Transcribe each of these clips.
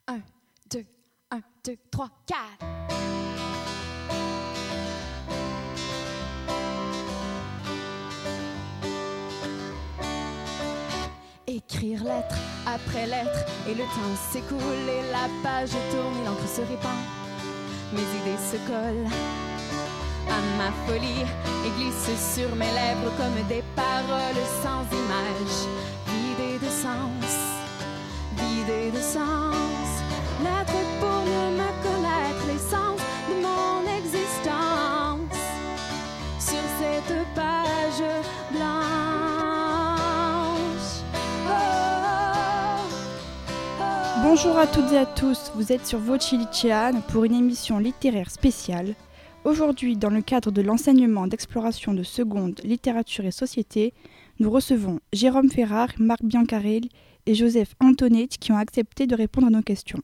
1, 2, 1, 2, 3, 4. Écrire lettre après lettre, et le temps s'écoule, et la page tourne, et l'encre se répand. Mes idées se collent à ma folie et glissent sur mes lèvres comme des paroles sans image, vidées de sens, vidées de sens. Lettre pour mieux me connaître, l'essence de mon existence sur cette page blanche. Bonjour à toutes et à tous, vous êtes sur Voci Liceane pour une émission littéraire spéciale. Aujourd'hui, dans le cadre de l'enseignement d'exploration de seconde littérature et société, nous recevons Jérôme Ferrare, Marc Biancarelli et Joseph Antonetti qui ont accepté de répondre à nos questions.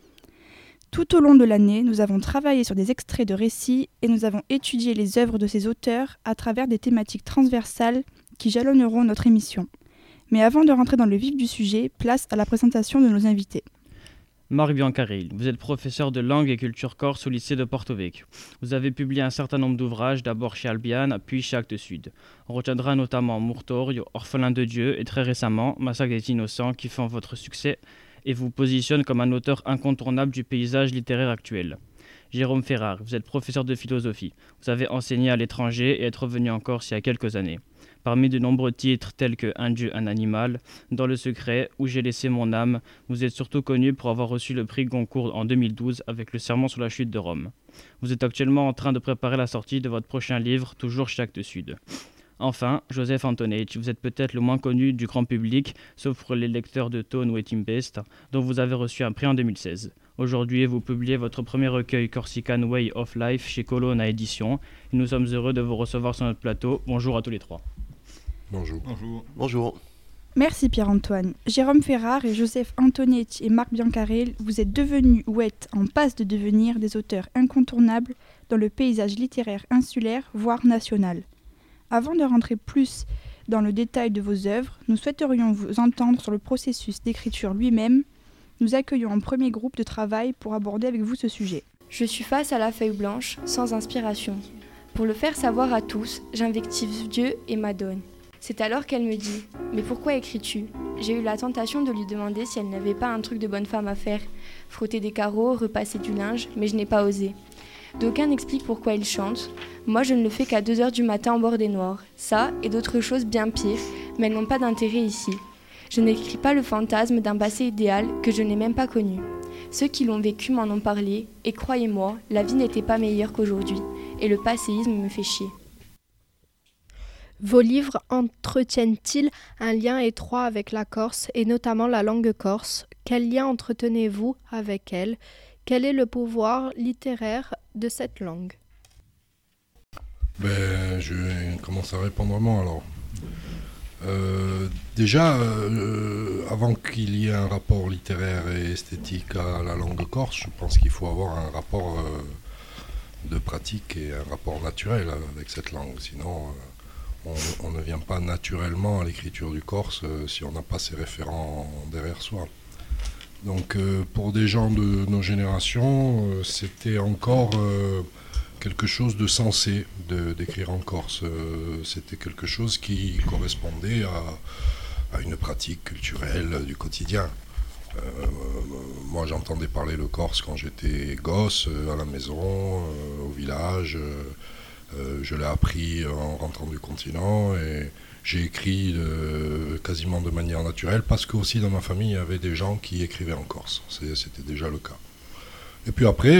Tout au long de l'année, nous avons travaillé sur des extraits de récits et nous avons étudié les œuvres de ces auteurs à travers des thématiques transversales qui jalonneront notre émission. Mais avant de rentrer dans le vif du sujet, place à la présentation de nos invités. Marc Biancarelli, vous êtes professeur de langue et culture corse au lycée de Porto Vecchio. Vous avez publié un certain nombre d'ouvrages, d'abord chez Albiane, puis chez Actes Sud. On retiendra notamment Murtorio, Orphelin de Dieu et très récemment Massacre des Innocents qui font votre succès et vous positionne comme un auteur incontournable du paysage littéraire actuel. Jérôme Ferrare, vous êtes professeur de philosophie. Vous avez enseigné à l'étranger et êtes revenu en Corse il y a quelques années. Parmi de nombreux titres tels que Un Dieu, un animal, Dans le secret, Où j'ai laissé mon âme, vous êtes surtout connu pour avoir reçu le prix Goncourt en 2012 avec le Sermon sur la chute de Rome. Vous êtes actuellement en train de préparer la sortie de votre prochain livre, toujours chez Actes Sud. Enfin, Joseph Antonetti, vous êtes peut-être le moins connu du grand public, sauf pour les lecteurs de Tone ou Etimpest, dont vous avez reçu un prix en 2016. Aujourd'hui, vous publiez votre premier recueil Corsican Way of Life chez Colonna Éditions. Et nous sommes heureux de vous recevoir sur notre plateau. Bonjour à tous les trois. Bonjour. Bonjour. Merci Pierre-Antoine. Jérôme Ferrare et Joseph Antonetti et Marc Biancarelli, vous êtes devenus ou êtes en passe de devenir des auteurs incontournables dans le paysage littéraire insulaire, voire national. Avant de rentrer plus dans le détail de vos œuvres, nous souhaiterions vous entendre sur le processus d'écriture lui-même. Nous accueillons un premier groupe de travail pour aborder avec vous ce sujet. Je suis face à la feuille blanche, sans inspiration. Pour le faire savoir à tous, j'invective Dieu et Madone. C'est alors qu'elle me dit « Mais pourquoi écris-tu » J'ai eu la tentation de lui demander si elle n'avait pas un truc de bonne femme à faire. Frotter des carreaux, repasser du linge, mais je n'ai pas osé. D'aucuns expliquent pourquoi il chante. Moi, je ne le fais qu'à 2h du matin en bord des noirs. Ça, et d'autres choses bien pires, mais elles n'ont pas d'intérêt ici. Je n'écris pas le fantasme d'un passé idéal que je n'ai même pas connu. Ceux qui l'ont vécu m'en ont parlé, et croyez-moi, la vie n'était pas meilleure qu'aujourd'hui, et le passéisme me fait chier. Vos livres entretiennent-ils un lien étroit avec la Corse, et notamment la langue corse ? Quel lien entretenez-vous avec elle ? Quel est le pouvoir littéraire de cette langue ? Je vais commencer à répondre moi alors. Avant qu'il y ait un rapport littéraire et esthétique à la langue corse, je pense qu'il faut avoir un rapport de pratique et un rapport naturel avec cette langue. Sinon, on ne vient pas naturellement à l'écriture du corse si on n'a pas ces référents derrière soi. Donc pour des gens de nos générations, c'était encore quelque chose de sensé d'écrire en corse. C'était quelque chose qui correspondait à une pratique culturelle du quotidien. Moi j'entendais parler le corse quand j'étais gosse, à la maison, au village. Je l'ai appris en rentrant du continent et j'ai écrit quasiment de manière naturelle parce que aussi dans ma famille il y avait des gens qui écrivaient en corse. C'était déjà le cas. Et puis après,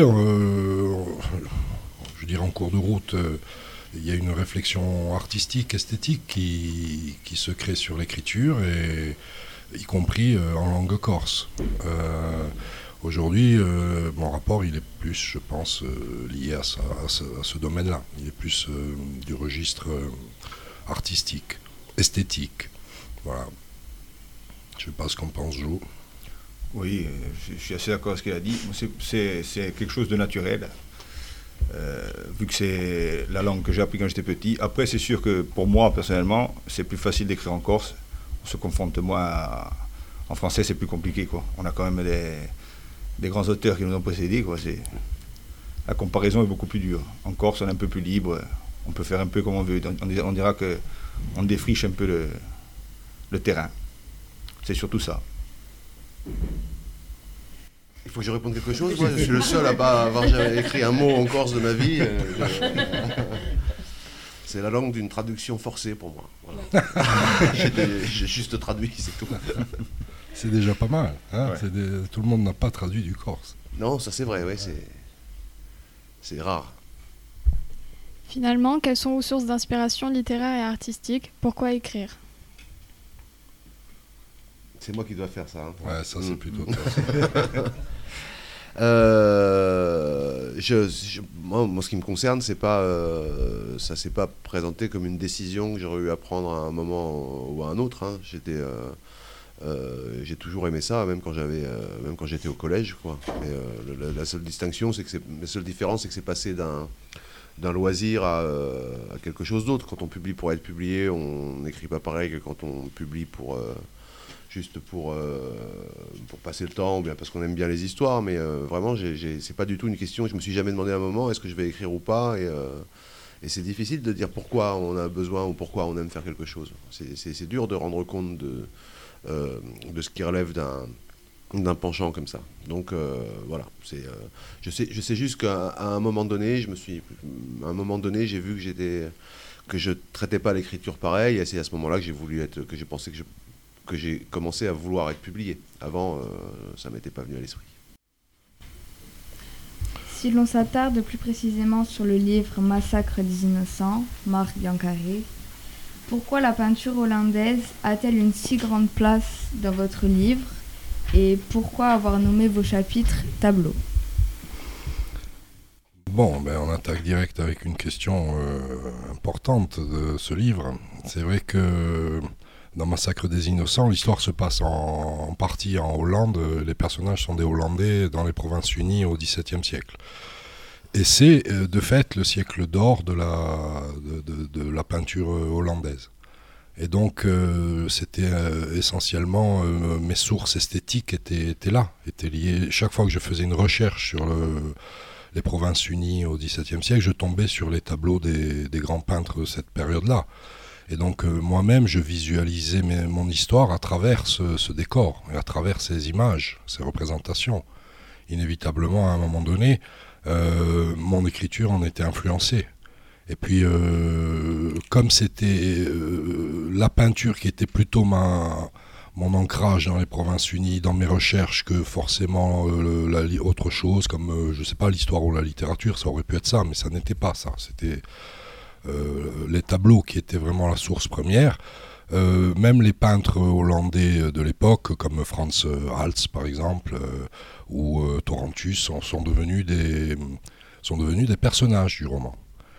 je dirais en cours de route, il y a une réflexion artistique, esthétique qui se crée sur l'écriture, et y compris en langue corse. Aujourd'hui, mon rapport, il est plus, je pense, lié à ce domaine-là. Il est plus du registre artistique, esthétique. Voilà. Je ne sais pas ce qu'en pense Jo. Oui, je suis assez d'accord avec ce qu'elle a dit. C'est quelque chose de naturel, vu que c'est la langue que j'ai appris quand j'étais petit. Après, c'est sûr que pour moi, personnellement, c'est plus facile d'écrire en corse. On se confronte moins en français, c'est plus compliqué, quoi. On a quand même des grands auteurs qui nous ont précédés, quoi. La comparaison est beaucoup plus dure. En Corse, on est un peu plus libre, on peut faire un peu comme on veut. On dira qu'on défriche un peu le terrain. C'est surtout ça. Il faut que je réponde quelque chose. Moi, je suis le seul à pas avoir jamais écrit un mot en Corse de ma vie. C'est la langue d'une traduction forcée pour moi. Voilà. J'ai juste traduit, c'est tout. C'est déjà pas mal. Hein. Ouais. Tout le monde n'a pas traduit du corse. Non, ça c'est vrai, ouais, c'est rare. Finalement, quelles sont vos sources d'inspiration littéraire et artistique? Pourquoi écrire? C'est moi qui dois faire ça. Hein. Ouais, ça c'est plutôt toi. Moi, ce qui me concerne, c'est pas, ça s'est pas présenté comme une décision que j'aurais eu à prendre à un moment ou à un autre. Hein. J'ai toujours aimé ça, même quand j'étais au collège, quoi. Mais la seule distinction, la seule différence, c'est que c'est passé d'un loisir à quelque chose d'autre. Quand on publie pour être publié, on n'écrit pas pareil que quand on publie juste pour passer le temps, ou bien parce qu'on aime bien les histoires, mais vraiment, c'est pas du tout une question. Je me suis jamais demandé à un moment, est-ce que je vais écrire ou pas, et c'est difficile de dire pourquoi on a besoin ou pourquoi on aime faire quelque chose. C'est dur de rendre compte de ce qui relève d'un penchant comme ça. Donc voilà, je sais juste qu'à un moment donné, j'ai vu que je traitais pas l'écriture pareil, et c'est à ce moment-là que j'ai pensé que j'ai commencé à vouloir être publié. Avant, ça m'était pas venu à l'esprit. Si l'on s'attarde plus précisément sur le livre Massacre des innocents, Marc Biancaré, pourquoi la peinture hollandaise a-t-elle une si grande place dans votre livre et pourquoi avoir nommé vos chapitres tableaux? Bon, on attaque direct avec une question importante de ce livre. C'est vrai que dans Massacre des innocents, l'histoire se passe en partie en Hollande. Les personnages sont des Hollandais dans les Provinces-Unies au XVIIe siècle. Et c'est de fait le siècle d'or de la peinture hollandaise. Et donc c'était essentiellement mes sources esthétiques étaient là, étaient liées. Chaque fois que je faisais une recherche sur les Provinces-Unies au XVIIe siècle, je tombais sur les tableaux des grands peintres de cette période-là. Et donc moi-même, je visualisais mon histoire à travers ce décor, et à travers ces images, ces représentations. Inévitablement, à un moment donné, mon écriture en était influencée. Et puis, comme c'était la peinture qui était plutôt mon ancrage dans les Provinces-Unies, dans mes recherches, que forcément autre chose, comme, je sais pas, l'histoire ou la littérature, ça aurait pu être ça, mais ça n'était pas ça. C'était les tableaux qui étaient vraiment la source première. Même les peintres hollandais de l'époque, comme Frans Hals par exemple, ou Torrentus, sont devenus des personnages du roman.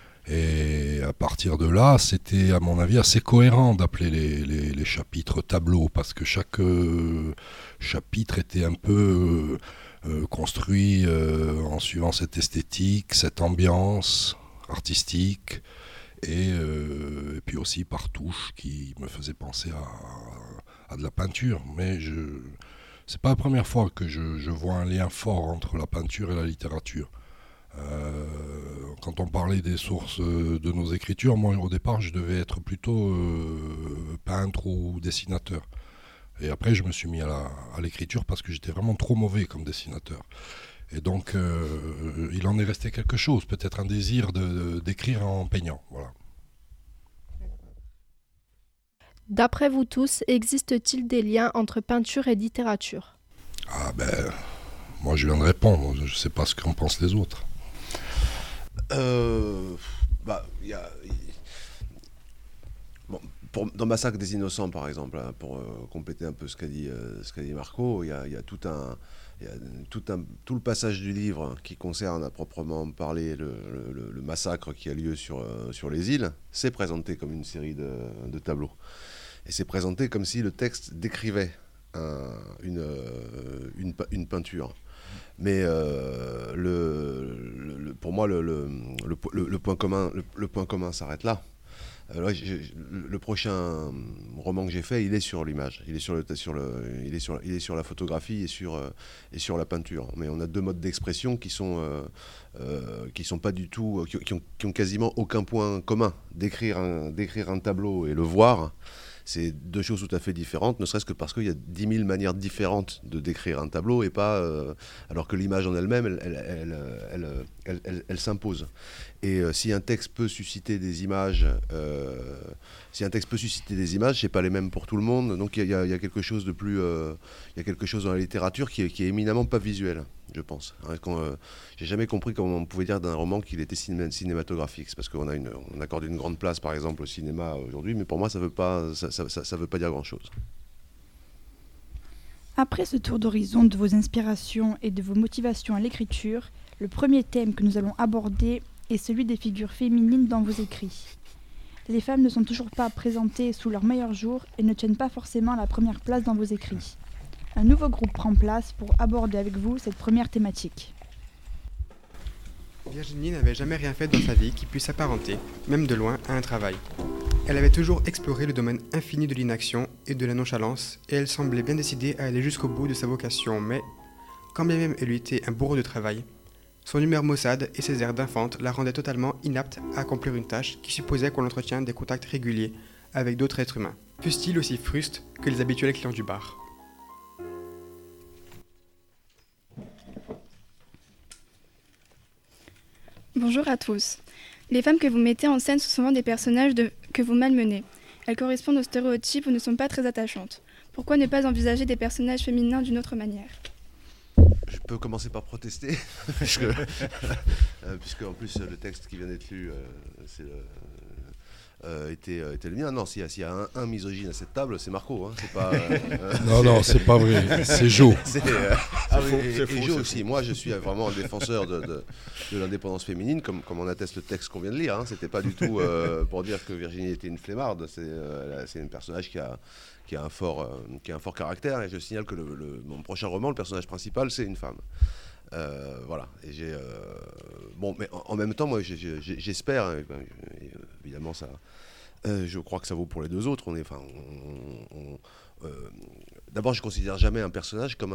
Et à partir de là, c'était à mon avis assez cohérent d'appeler les chapitres tableaux, parce que chaque chapitre était un peu construit en suivant cette esthétique, cette ambiance artistique, et puis aussi par touches qui me faisaient penser à de la peinture. Mais c'est pas la première fois que je vois un lien fort entre la peinture et la littérature. Quand on parlait des sources de nos écritures, moi au départ je devais être plutôt peintre ou dessinateur. Et après je me suis mis à l'écriture parce que j'étais vraiment trop mauvais comme dessinateur. Et donc il en est resté quelque chose, peut-être un désir d'écrire en peignant. Voilà. D'après vous tous, existe-t-il des liens entre peinture et littérature? Ah moi je viens de répondre, je ne sais pas ce qu'en pensent les autres. Dans Massacre des innocents, par exemple, hein, pour compléter un peu ce qu'a dit Marco, il y a tout le passage du livre qui concerne à proprement parler le massacre qui a lieu sur les îles. C'est présenté comme une série de tableaux. Et c'est présenté comme si le texte décrivait une peinture. Mais pour moi, le point commun s'arrête là. Le prochain roman que j'ai fait, il est sur l'image, il est sur la photographie et sur la peinture. Mais on a deux modes d'expression qui sont pas du tout, qui ont quasiment aucun point commun. D'écrire un tableau et le voir, c'est deux choses tout à fait différentes, ne serait-ce que parce qu'il y a 10 000 manières différentes de décrire un tableau, et pas, alors que l'image en elle-même, elle s'impose. Et si un texte peut susciter des images, c'est pas les mêmes pour tout le monde. Donc il y a quelque chose de plus, il y a quelque chose dans la littérature qui est éminemment pas visuel, je pense. J'ai jamais compris comment on pouvait dire d'un roman qu'il était cinématographique. C'est parce qu'on on accorde une grande place, par exemple, au cinéma aujourd'hui, mais pour moi, ça veut pas dire grand-chose. Après ce tour d'horizon de vos inspirations et de vos motivations à l'écriture, le premier thème que nous allons aborder est celui des figures féminines dans vos écrits. Les femmes ne sont toujours pas présentées sous leur meilleur jour et ne tiennent pas forcément la première place dans vos écrits. Un nouveau groupe prend place pour aborder avec vous cette première thématique. Virginie n'avait jamais rien fait dans sa vie qui puisse s'apparenter, même de loin, à un travail. Elle avait toujours exploré le domaine infini de l'inaction et de la nonchalance, et elle semblait bien décidée à aller jusqu'au bout de sa vocation, mais, quand bien même elle lui était un bourreau de travail, son humeur maussade et ses airs d'infante la rendaient totalement inapte à accomplir une tâche qui supposait qu'on entretienne des contacts réguliers avec d'autres êtres humains, fussent-ils aussi frustes que les habituels clients du bar. Bonjour à tous. Les femmes que vous mettez en scène sont souvent des personnages que vous malmenez. Elles correspondent aux stéréotypes ou ne sont pas très attachantes. Pourquoi ne pas envisager des personnages féminins d'une autre manière ? Je peux commencer par protester, puisque en plus le texte qui vient d'être lu était le mien. Non, s'il y a un misogyne à cette table, c'est Marco. Hein, c'est pas, non, c'est pas vrai, c'est Jo. C'est Jo aussi. Moi, je suis vraiment un défenseur de l'indépendance féminine, comme on atteste le texte qu'on vient de lire. Hein. C'était pas du tout pour dire que Virginie était une flemmarde. C'est un personnage qui a un fort caractère, et je signale que mon prochain roman, le personnage principal, c'est une femme. Voilà. Et bon, mais en même temps, moi, j'espère, évidemment, ça. Je crois que ça vaut pour les deux autres. D'abord, je considère jamais un personnage comme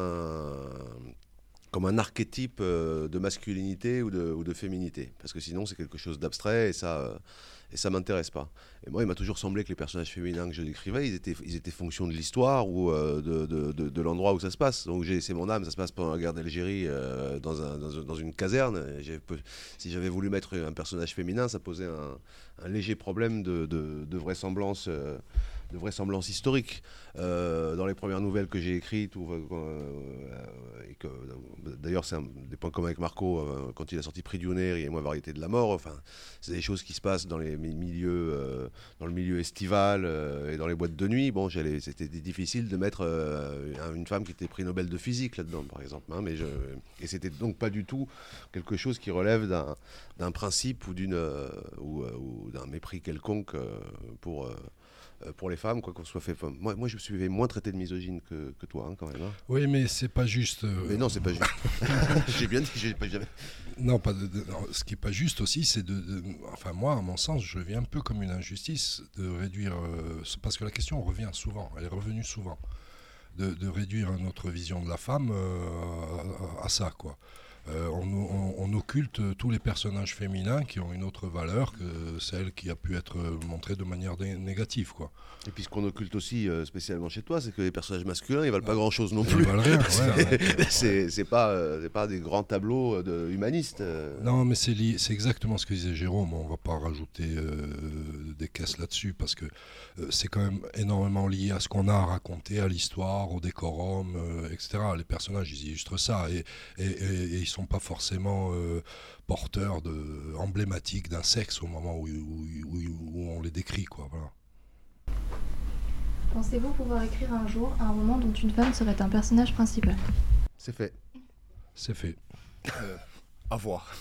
un archétype de masculinité ou de féminité, parce que sinon c'est quelque chose d'abstrait et ça m'intéresse pas. Et moi, il m'a toujours semblé que les personnages féminins que je décrivais, ils étaient fonction de l'histoire ou de l'endroit où ça se passe. Donc j'ai laissé mon âme, ça se passe pendant la guerre d'Algérie dans une caserne. Si j'avais voulu mettre un personnage féminin, ça posait un léger problème de vraisemblance. De vraisemblance historique. Dans les premières nouvelles que j'ai écrites, et que d'ailleurs c'est un des points communs avec Marco, quand il a sorti Prix du Neri et moi Variété de la mort, enfin, c'est des choses qui se passent dans les milieux, dans le milieu estival et dans les boîtes de nuit. Bon, c'était difficile de mettre une femme qui était prix Nobel de physique là-dedans, par exemple. Hein, et c'était donc pas du tout quelque chose qui relève d'un principe ou d'un mépris quelconque pour les femmes, quoi qu'on soit fait. Moi, je me suis moins traité de misogyne que toi, hein, quand même. Hein. Oui, mais c'est pas juste. Mais non, c'est pas juste. J'ai bien dit, j'ai pas jamais. Non, ce qui est pas juste aussi, c'est enfin, moi, à mon sens, je vis un peu comme une injustice de réduire. Parce que la question revient souvent, elle est revenue souvent, de réduire notre vision de la femme à ça, quoi. On occulte tous les personnages féminins qui ont une autre valeur que celle qui a pu être montrée de manière négative, quoi. Et puis ce qu'on occulte aussi, spécialement chez toi, c'est que les personnages masculins, ils valent pas grand-chose non plus. Ils valent rien, c'est pas des grands tableaux humanistes. Non, mais c'est exactement ce que disait Jérôme. On va pas rajouter des caisses là-dessus, parce que c'est quand même énormément lié à ce qu'on a à raconter, à l'histoire, au décorum, etc. Les personnages, ils illustrent ça, et ils sont pas forcément porteurs emblématiques d'un sexe au moment où on les décrit, quoi. Voilà. Pensez-vous pouvoir écrire un jour un roman dont une femme serait un personnage principal ? C'est fait. C'est fait. À voir.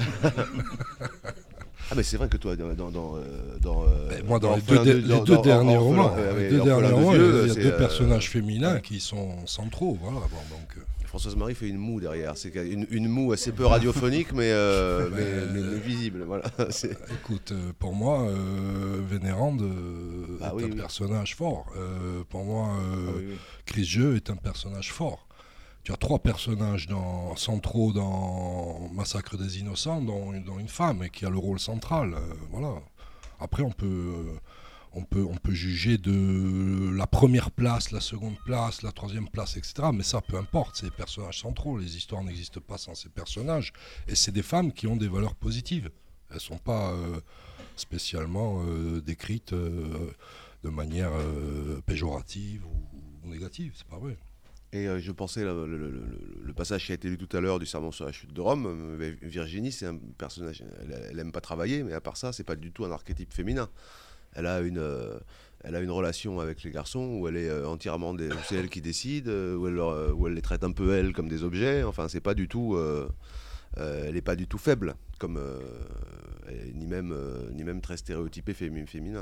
Ah, mais c'est vrai que toi, moi, dans les deux derniers romans, il y a deux personnages féminins qui sont centraux. Voilà. Bon, donc, Françoise Marie fait une moue derrière. C'est une moue assez peu radiophonique, mais visible. Voilà. Écoute, pour moi, Vénérande est un personnage fort. Pour moi, Chris Jeu est un personnage fort. Tu as 3 personnages centraux dans Massacre des Innocents, dont une femme, et qui a le rôle central. Voilà. Après, on peut juger de la première place, la seconde place, la troisième place, etc. Mais ça, peu importe, c'est des personnages centraux. Les histoires n'existent pas sans ces personnages. Et c'est des femmes qui ont des valeurs positives. Elles ne sont pas spécialement décrites de manière péjorative ou négative. C'est pas vrai. Et je pensais, le passage qui a été lu tout à l'heure du Sermon sur la chute de Rome, Virginie, c'est un personnage, elle n'aime pas travailler, mais à part ça, c'est pas du tout un archétype féminin. Elle a une relation avec les garçons où elle est entièrement, c'est elle qui décide, où elle les traite un peu elle comme des objets. Enfin, c'est pas du tout, elle n'est pas du tout faible, comme ni même très stéréotypée féminin.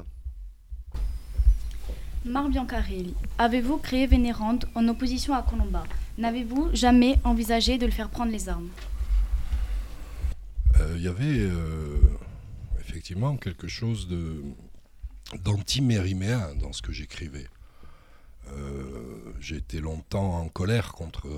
Marc Biancarelli, avez-vous créé Vénérande en opposition à Colomba? N'avez-vous jamais envisagé de le faire prendre les armes? Il y avait effectivement quelque chose d'anti-mériméen dans ce que j'écrivais. J'ai été longtemps en colère contre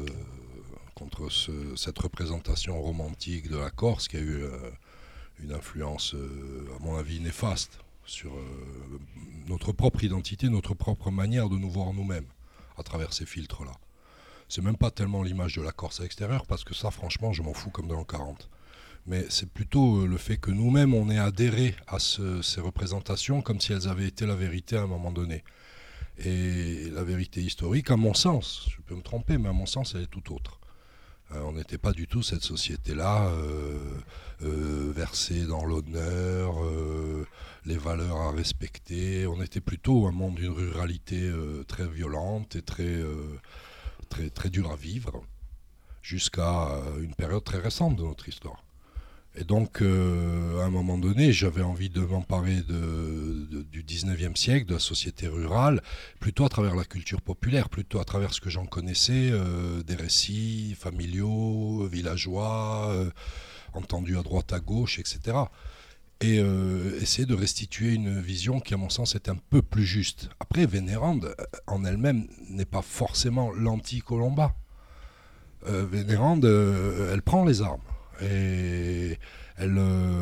cette représentation romantique de la Corse qui a eu une influence, à mon avis, néfaste sur notre propre identité, notre propre manière de nous voir nous-mêmes à travers ces filtres-là. C'est même pas tellement l'image de la Corse à l'extérieur, parce que ça, franchement, je m'en fous comme dans l'an 40. Mais c'est plutôt le fait que nous-mêmes, on ait adhéré à ces représentations comme si elles avaient été la vérité à un moment donné. Et la vérité historique, à mon sens, je peux me tromper, mais à mon sens, elle est tout autre. On n'était pas du tout cette société-là versée dans l'honneur, les valeurs à respecter. On était plutôt un monde d'une ruralité très violente et très dure à vivre, jusqu'à une période très récente de notre histoire. Et donc, à un moment donné, j'avais envie de m'emparer du 19e siècle, de la société rurale, plutôt à travers la culture populaire, plutôt à travers ce que j'en connaissais, des récits familiaux, villageois, entendus à droite, à gauche, etc. Et essayer de restituer une vision qui, à mon sens, est un peu plus juste. Après, Vénérande, en elle-même, n'est pas forcément l'anti-Colomba. Vénérande, elle prend les armes. Et elle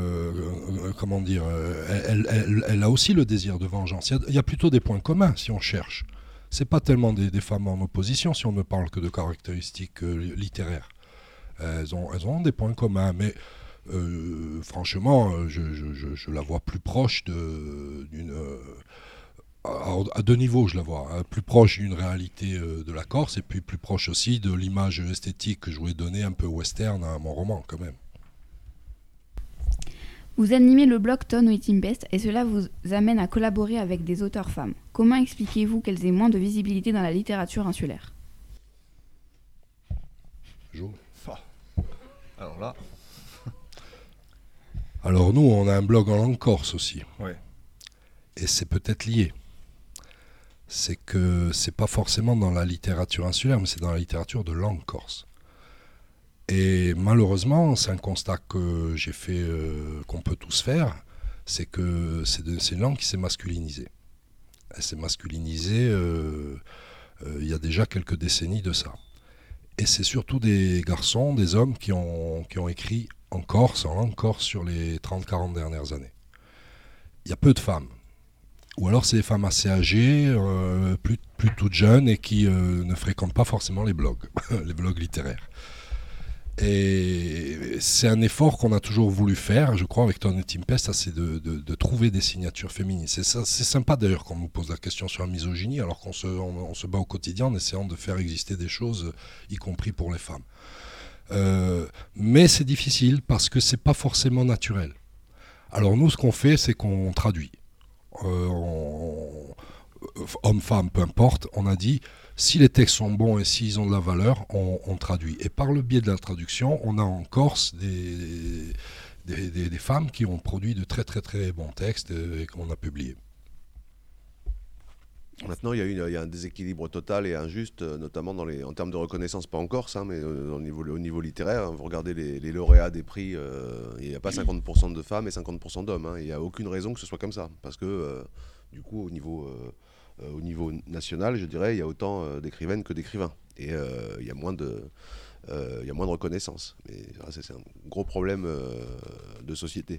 a aussi le désir de vengeance. Il y a plutôt des points communs si on cherche. C'est pas tellement des femmes en opposition si on ne parle que de caractéristiques littéraires. Elles ont des points communs, mais franchement, je la vois plus proche à 2 niveaux, je la vois, plus proche d'une réalité de la Corse et puis plus proche aussi de l'image esthétique que je voulais donner un peu western à mon roman quand même. Vous animez le blog Tonne et Timpest et cela vous amène à collaborer avec des auteurs femmes. Comment expliquez-vous qu'elles aient moins de visibilité dans la littérature insulaire? Alors là... Alors nous, on a un blog en langue corse aussi. Ouais. Et c'est peut-être lié. C'est que c'est pas forcément dans la littérature insulaire, mais c'est dans la littérature de langue corse. Et malheureusement, c'est un constat que j'ai fait, qu'on peut tous faire, c'est que c'est une langue qui s'est masculinisée. Elle s'est masculinisée il y a déjà quelques décennies de ça. Et c'est surtout des garçons, des hommes qui ont écrit en Corse, en langue corse, sur les 30-40 dernières années. Il y a peu de femmes. Ou alors c'est des femmes assez âgées, plus toutes jeunes et qui ne fréquentent pas forcément les blogs littéraires. Et c'est un effort qu'on a toujours voulu faire, je crois, avec Tonne et Timpest, c'est de trouver des signatures féminines. C'est sympa d'ailleurs qu'on nous pose la question sur la misogynie, alors qu'on se bat au quotidien en essayant de faire exister des choses, y compris pour les femmes. Mais c'est difficile parce que c'est pas forcément naturel. Alors nous, ce qu'on fait, c'est qu'on traduit. Homme, femme, peu importe, on a dit, si les textes sont bons et s'ils ont de la valeur, on traduit. Et par le biais de la traduction, on a en Corse des femmes qui ont produit de très très très bons textes et qu'on a publiés. Maintenant, il y a un déséquilibre total et injuste, notamment en termes de reconnaissance, pas en Corse, hein, mais au niveau littéraire. Hein. Vous regardez les lauréats des prix, il n'y a pas 50% de femmes et 50% d'hommes. Hein. Il n'y a aucune raison que ce soit comme ça. Parce que, du coup, au niveau national, je dirais, il y a autant d'écrivaines que d'écrivains. Et il y a moins de reconnaissance. Mais c'est un gros problème de société.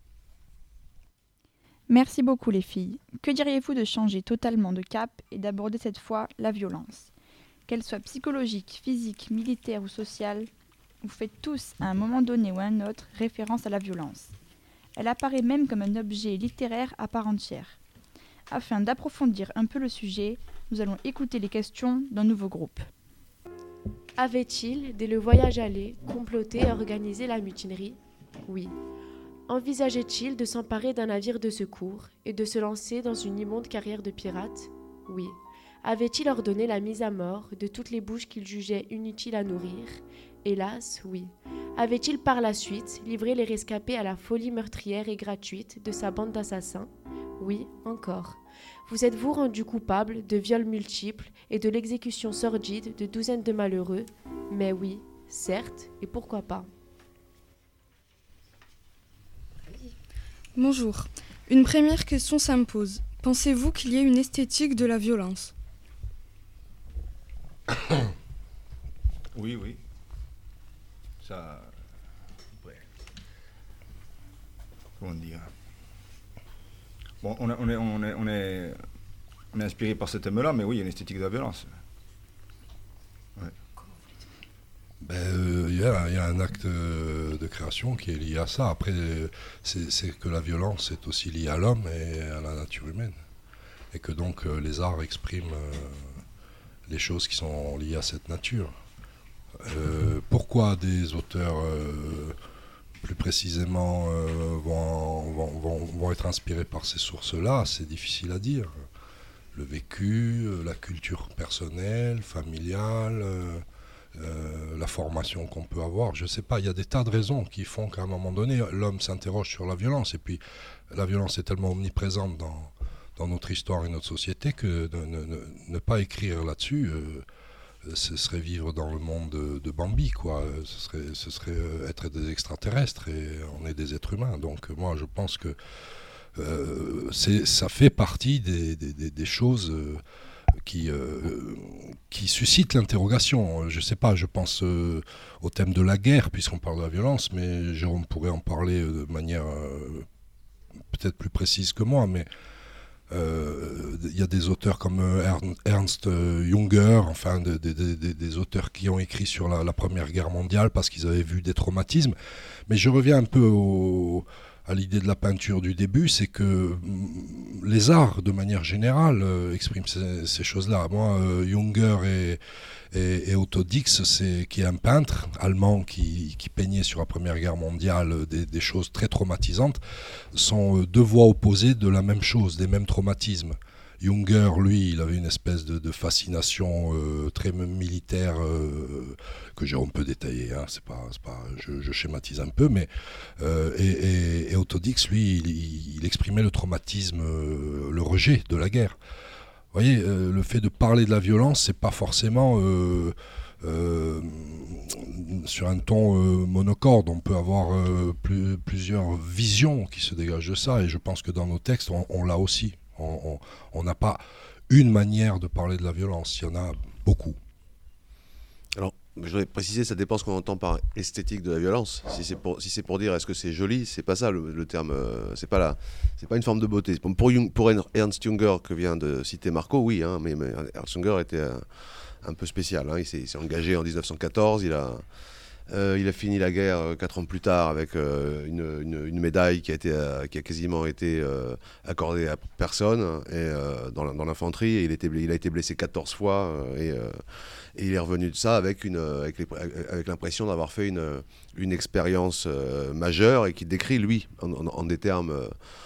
Merci beaucoup les filles. Que diriez-vous de changer totalement de cap et d'aborder cette fois la violence ? Qu'elle soit psychologique, physique, militaire ou sociale, vous faites tous, à un moment donné ou à un autre, référence à la violence. Elle apparaît même comme un objet littéraire à part entière. Afin d'approfondir un peu le sujet, nous allons écouter les questions d'un nouveau groupe. Avait-il, dès le voyage aller, comploté et organisé la mutinerie ? Oui. Envisageait-il de s'emparer d'un navire de secours et de se lancer dans une immonde carrière de pirate ? Oui. Avait-il ordonné la mise à mort de toutes les bouches qu'il jugeait inutiles à nourrir ? Hélas, oui. Avait-il par la suite livré les rescapés à la folie meurtrière et gratuite de sa bande d'assassins ? Oui, encore. Vous êtes-vous rendu coupable de viols multiples et de l'exécution sordide de douzaines de malheureux ? Mais oui, certes, et pourquoi pas ? Bonjour. Une première question s'impose. Pensez-vous qu'il y ait une esthétique de la violence ? Oui. Ça... Ouais. Comment dire ? Bon, on est inspiré par ce thème-là, mais oui, il y a une esthétique de la violence. Ouais. Il y a un acte de création qui est lié à ça. Après, c'est que la violence est aussi liée à l'homme et à la nature humaine. Et que donc les arts expriment les choses qui sont liées à cette nature. Pourquoi des auteurs plus précisément vont être inspirés par ces sources-là, c'est difficile à dire. Le vécu, la culture personnelle, familiale... la formation qu'on peut avoir, je ne sais pas, il y a des tas de raisons qui font qu'à un moment donné, l'homme s'interroge sur la violence, et puis la violence est tellement omniprésente dans notre histoire et notre société que ne pas écrire là-dessus, ce serait vivre dans le monde de Bambi, quoi. Ce serait être des extraterrestres, et on est des êtres humains, donc moi je pense que ça fait partie des choses... qui suscite l'interrogation. Je ne sais pas, je pense au thème de la guerre, puisqu'on parle de la violence, mais Jérôme pourrait en parler de manière peut-être plus précise que moi, mais il y a des auteurs comme Ernst Junger, enfin des auteurs qui ont écrit sur la Première Guerre mondiale parce qu'ils avaient vu des traumatismes. Mais je reviens un peu à l'idée de la peinture du début, c'est que les arts, de manière générale, expriment ces choses-là. Moi, Junger et Otto Dix, qui est un peintre allemand qui peignait sur la Première Guerre mondiale des choses très traumatisantes, sont deux voies opposées de la même chose, des mêmes traumatismes. Junger, lui, il avait une espèce de fascination très militaire que Jérôme peut détailler. Hein, je schématise un peu, mais et Otto Dix, lui, il exprimait le traumatisme, le rejet de la guerre. Vous voyez, le fait de parler de la violence, c'est pas forcément sur un ton monocorde. On peut avoir plusieurs visions qui se dégagent de ça, et je pense que dans nos textes, on l'a aussi. On n'a pas une manière de parler de la violence, il y en a beaucoup. Alors, je voudrais préciser, ça dépend ce qu'on entend par esthétique de la violence. Si c'est pour dire est-ce que c'est joli, c'est pas ça le terme, c'est pas une forme de beauté. Pour Ernst Junger que vient de citer Marco, oui, hein, mais Ernst Junger était un peu spécial. Hein, il s'est engagé en 1914, il a fini la guerre 4 ans plus tard avec une médaille qui a quasiment été accordée à personne dans l'infanterie. Et il a été blessé 14 fois et il est revenu de ça avec l'impression d'avoir fait une expérience majeure, et qui décrit lui en des termes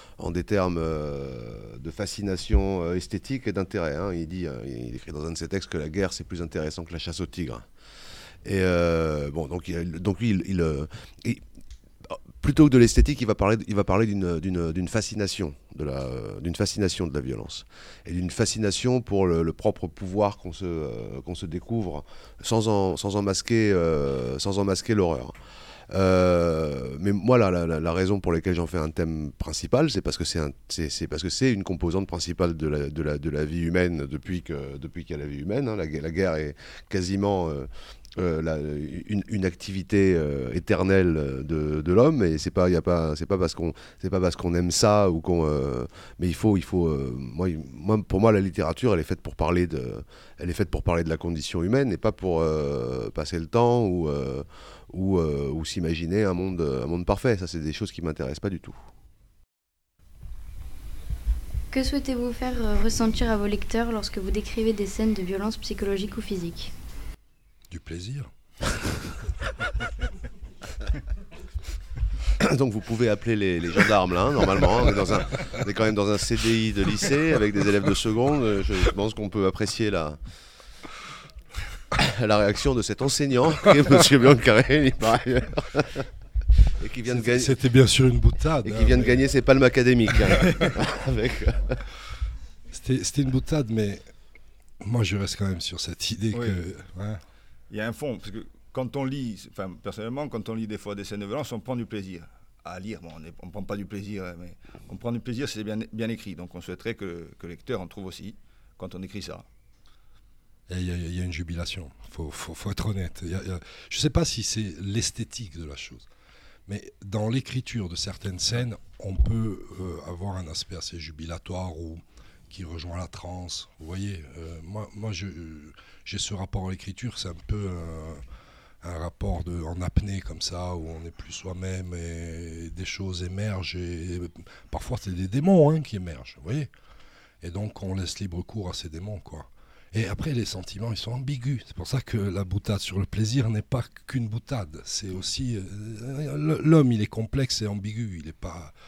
de fascination esthétique et d'intérêt. Hein. Il écrit dans un de ses textes que la guerre c'est plus intéressant que la chasse au tigre. Et donc lui, plutôt que de l'esthétique, il va parler d'une fascination d'une fascination de la violence et d'une fascination pour le propre pouvoir qu'on se découvre sans en masquer l'horreur. Mais moi, la raison pour laquelle j'en fais un thème principal, c'est parce que c'est une composante principale de la vie humaine depuis qu'il y a la vie humaine. Hein. La guerre est quasiment une activité éternelle de l'homme, et c'est pas parce qu'on aime ça ou mais il faut pour moi la littérature elle est faite pour parler de la condition humaine et pas pour passer le temps ou s'imaginer un monde parfait. Ça, c'est des choses qui m'intéressent pas du tout. Que souhaitez-vous faire ressentir à vos lecteurs lorsque vous décrivez des scènes de violence psychologique ou physique ? Du plaisir. Donc vous pouvez appeler les gendarmes là, normalement. On est quand même dans un CDI de lycée avec des élèves de seconde. Je pense qu'on peut apprécier la réaction de cet enseignant, qui est M. Biancarelli, par ailleurs. Et qui vient de gagner. C'était bien sûr une boutade. Et qui vient de gagner ses palmes académiques. C'était une boutade, mais moi je reste quand même sur cette idée que. Ouais. Il y a un fond, parce que quand on lit, personnellement, quand on lit des fois des scènes de violence, on prend du plaisir à lire. Bon, on ne prend pas du plaisir, mais on prend du plaisir si c'est bien écrit. Donc on souhaiterait que le lecteur en trouve aussi quand on écrit ça. Il y a une jubilation, faut être honnête. Je ne sais pas si c'est l'esthétique de la chose, mais dans l'écriture de certaines scènes, on peut avoir un aspect assez jubilatoire ou qui rejoint la transe. Vous voyez, moi j'ai ce rapport à l'écriture, c'est un peu un rapport en apnée comme ça, où on n'est plus soi-même et des choses émergent. Et parfois, c'est des démons qui émergent, vous voyez. Et donc, on laisse libre cours à ces démons, quoi. Et après, les sentiments, ils sont ambigus. C'est pour ça que la boutade sur le plaisir n'est pas qu'une boutade. C'est aussi... l'homme, il est complexe et ambigu. Il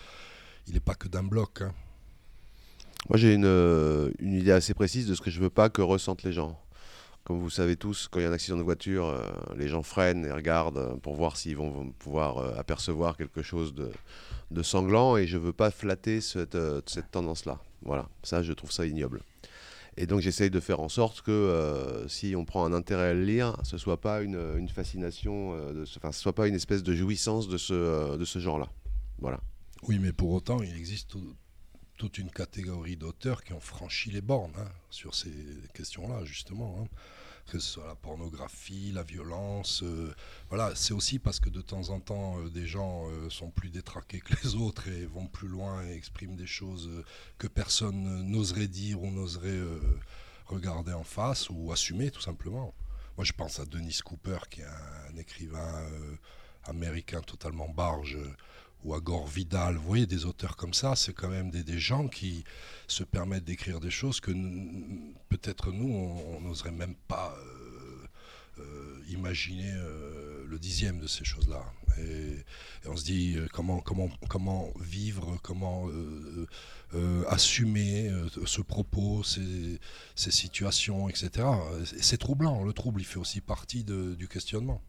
est pas que d'un bloc. Hein. Moi, j'ai une idée assez précise de ce que je veux pas que ressentent les gens. Comme vous savez tous, quand il y a un accident de voiture, les gens freinent et regardent pour voir s'ils vont pouvoir apercevoir quelque chose de sanglant, et je veux pas flatter cette tendance-là. Voilà, ça, je trouve ça ignoble. Et donc j'essaye de faire en sorte que si on prend un intérêt à le lire, ce ne soit pas une fascination, ce soit pas une espèce de jouissance de ce genre-là. Voilà. Oui, mais pour autant, il existe toute une catégorie d'auteurs qui ont franchi les bornes sur ces questions-là, justement. Que ce soit la pornographie, la violence. Voilà, c'est aussi parce que de temps en temps, des gens sont plus détraqués que les autres et vont plus loin et expriment des choses que personne n'oserait dire ou n'oserait regarder en face ou assumer, tout simplement. Moi, je pense à Dennis Cooper, qui est un écrivain américain totalement barge, ou à Gore Vidal. Vous voyez, des auteurs comme ça, c'est quand même des gens qui se permettent d'écrire des choses que peut-être nous, on n'oserait même pas imaginer le dixième de ces choses-là. Et on se dit comment vivre, comment assumer ce propos, ces situations, etc. Et c'est troublant. Le trouble, il fait aussi partie du questionnement.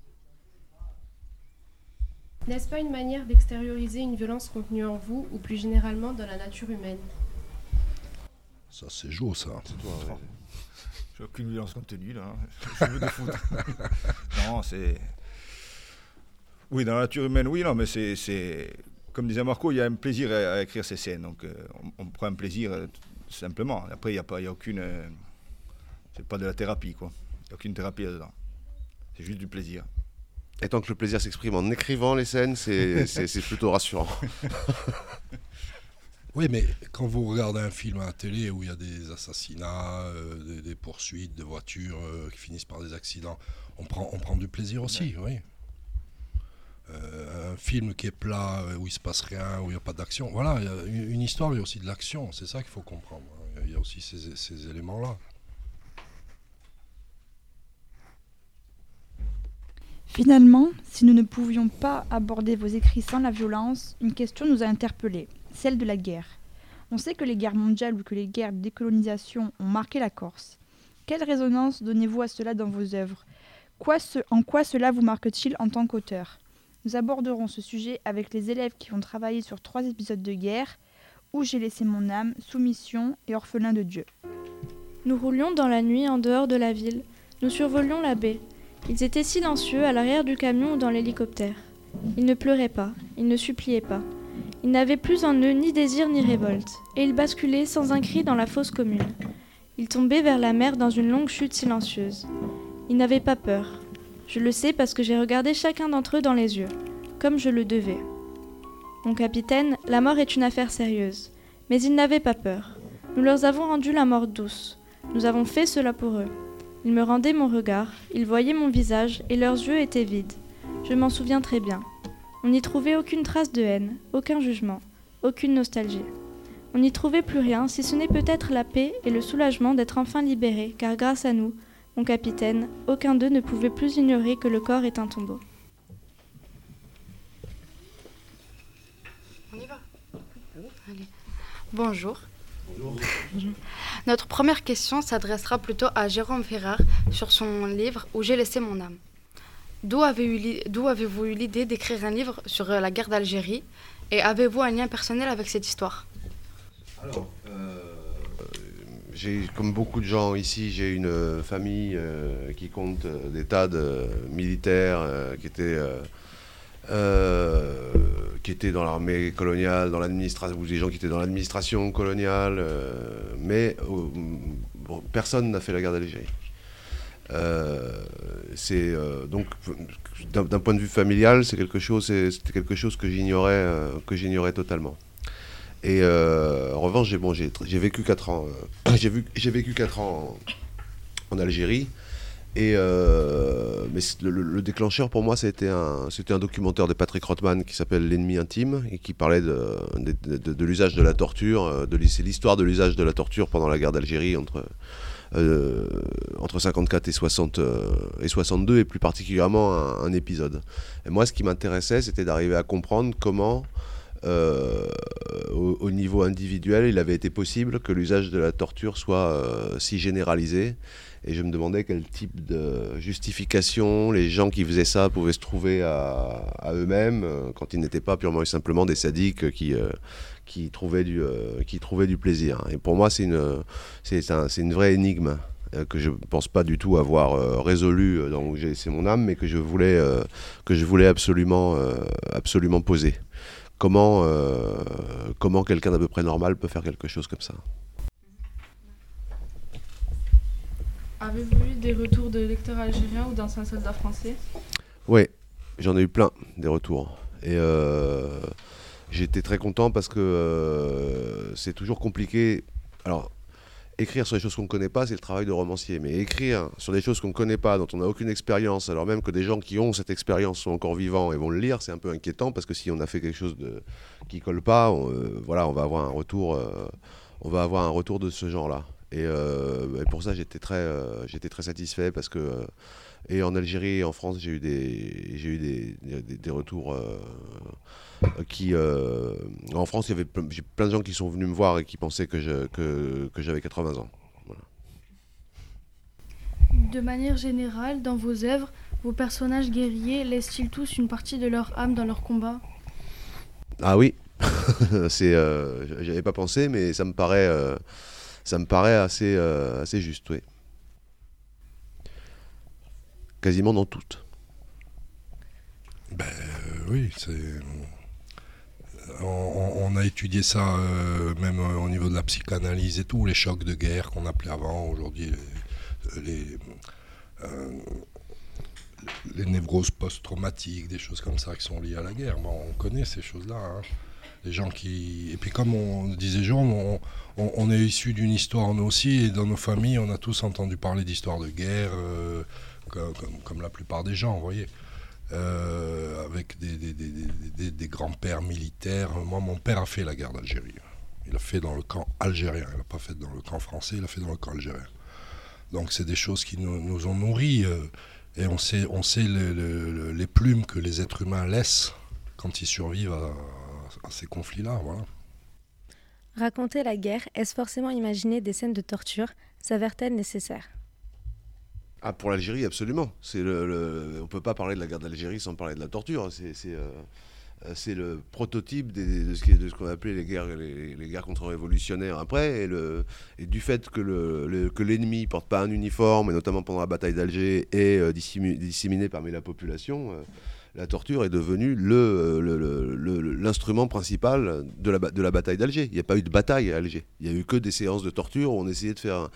N'est-ce pas une manière d'extérioriser une violence contenue en vous ou plus généralement dans la nature humaine ? Ça, c'est chaud, ça. C'est toi, ouais. J'ai aucune violence contenue, là. Je veux des foudres. Non, c'est... Oui, dans la nature humaine, oui, non, mais c'est... Comme disait Marco, il y a un plaisir à écrire ces scènes. Donc, on prend un plaisir simplement. Après, il n'y a aucune... c'est pas de la thérapie, quoi. Il n'y a aucune thérapie là-dedans. C'est juste du plaisir. Et tant que le plaisir s'exprime en écrivant les scènes, c'est plutôt rassurant. Oui, mais quand vous regardez un film à la télé où il y a des assassinats, des poursuites de voitures qui finissent par des accidents, on prend du plaisir aussi, oui. Un film qui est plat, où il ne se passe rien, où il n'y a pas d'action. Voilà, une histoire, il y a aussi de l'action, c'est ça qu'il faut comprendre. Il y a aussi ces éléments-là. Finalement, si nous ne pouvions pas aborder vos écrits sans la violence, une question nous a interpellés, celle de la guerre. On sait que les guerres mondiales ou que les guerres de décolonisation ont marqué la Corse. Quelle résonance donnez-vous à cela dans vos œuvres ? En quoi cela vous marque-t-il en tant qu'auteur ? Nous aborderons ce sujet avec les élèves qui ont travaillé sur 3 épisodes de guerre, Où j'ai laissé mon âme, Soumission et Orphelin de Dieu. Nous roulions dans la nuit en dehors de la ville. Nous survolions la baie. Ils étaient silencieux à l'arrière du camion ou dans l'hélicoptère. Ils ne pleuraient pas, ils ne suppliaient pas. Ils n'avaient plus en eux ni désir ni révolte, et ils basculaient sans un cri dans la fosse commune. Ils tombaient vers la mer dans une longue chute silencieuse. Ils n'avaient pas peur. Je le sais parce que j'ai regardé chacun d'entre eux dans les yeux, comme je le devais. Mon capitaine, la mort est une affaire sérieuse, mais ils n'avaient pas peur. Nous leur avons rendu la mort douce. Nous avons fait cela pour eux. Ils me rendaient mon regard, ils voyaient mon visage et leurs yeux étaient vides. Je m'en souviens très bien. On n'y trouvait aucune trace de haine, aucun jugement, aucune nostalgie. On n'y trouvait plus rien, si ce n'est peut-être la paix et le soulagement d'être enfin libérés, car grâce à nous, mon capitaine, aucun d'eux ne pouvait plus ignorer que le corps est un tombeau. On y va. Allez. Bonjour. Notre première question s'adressera plutôt à Jérôme Ferrard sur son livre « Où j'ai laissé mon âme ». D'où avez-vous eu l'idée d'écrire un livre sur la guerre d'Algérie et avez-vous un lien personnel avec cette histoire ? Alors, comme beaucoup de gens ici, j'ai une famille qui compte des tas de militaires qui étaient dans l'armée coloniale, dans l'administration, ou des gens qui étaient dans l'administration coloniale, mais personne n'a fait la guerre d'Algérie. Donc, d'un point de vue familial, c'était quelque chose que j'ignorais totalement. Et en revanche, j'ai vécu 4 ans. J'ai vécu 4 ans en Algérie. Et mais le déclencheur pour moi, c'était un documentaire de Patrick Rothman qui s'appelle L'ennemi intime et qui parlait de l'usage de la torture. C'est l'histoire de l'usage de la torture pendant la guerre d'Algérie entre 54 et 62, et plus particulièrement un épisode. Et moi, ce qui m'intéressait, c'était d'arriver à comprendre comment, au niveau individuel, il avait été possible que l'usage de la torture soit si généralisé. Et je me demandais quel type de justification les gens qui faisaient ça pouvaient se trouver à eux-mêmes, quand ils n'étaient pas purement et simplement des sadiques qui trouvaient du plaisir. Et pour moi, c'est une vraie énigme que je ne pense pas du tout avoir résolue dans Où j'ai laissé mon âme, mais que je voulais absolument poser. Comment quelqu'un d'à peu près normal peut faire quelque chose comme ça ? Avez-vous eu des retours de lecteurs algériens ou d'anciens soldats français ? Oui, j'en ai eu plein, des retours. Et j'étais très content parce que c'est toujours compliqué. Alors, écrire sur des choses qu'on ne connaît pas, c'est le travail de romancier. Mais écrire sur des choses qu'on ne connaît pas, dont on n'a aucune expérience, alors même que des gens qui ont cette expérience sont encore vivants et vont le lire, c'est un peu inquiétant parce que si on a fait quelque chose qui ne colle pas, on va avoir un retour de ce genre-là. Et pour ça, j'étais très satisfait parce que et en Algérie et en France, j'ai eu des retours qui en France, j'ai plein de gens qui sont venus me voir et qui pensaient que j'avais 80 ans. Voilà. De manière générale, dans vos œuvres, vos personnages guerriers laissent-ils tous une partie de leur âme dans leur combat ? Ah oui, j'avais pas pensé, mais ça me paraît assez juste, oui. Quasiment dans toutes. Oui, on a étudié ça même au niveau de la psychanalyse et tout, les chocs de guerre qu'on appelait avant, aujourd'hui les névroses post-traumatiques, des choses comme ça qui sont liées à la guerre. Bon, on connaît ces choses-là, hein. Les gens qui... Et puis comme on disait Jérôme, on est issus d'une histoire nous aussi, et dans nos familles, on a tous entendu parler d'histoires de guerre, comme la plupart des gens, vous voyez. Avec des grands-pères militaires. Moi, mon père a fait la guerre d'Algérie. Il a fait dans le camp algérien. Il n'a pas fait dans le camp français, il a fait dans le camp algérien. Donc c'est des choses qui nous ont nourris. Et on sait les plumes que les êtres humains laissent quand ils survivent à ces conflits-là, voilà. Raconter la guerre, est-ce forcément imaginer des scènes de torture ? S'avère-t-elle nécessaire ? Ah, pour l'Algérie, absolument. On ne peut pas parler de la guerre d'Algérie sans parler de la torture. C'est le prototype de ce qu'on appelait les guerres contre-révolutionnaires après, et du fait que l'ennemi ne porte pas un uniforme, et notamment pendant la bataille d'Alger, est disséminé parmi la population, la torture est devenue l'instrument principal de la bataille d'Alger. Il n'y a pas eu de bataille à Alger. Il n'y a eu que des séances de torture où on essayait de faire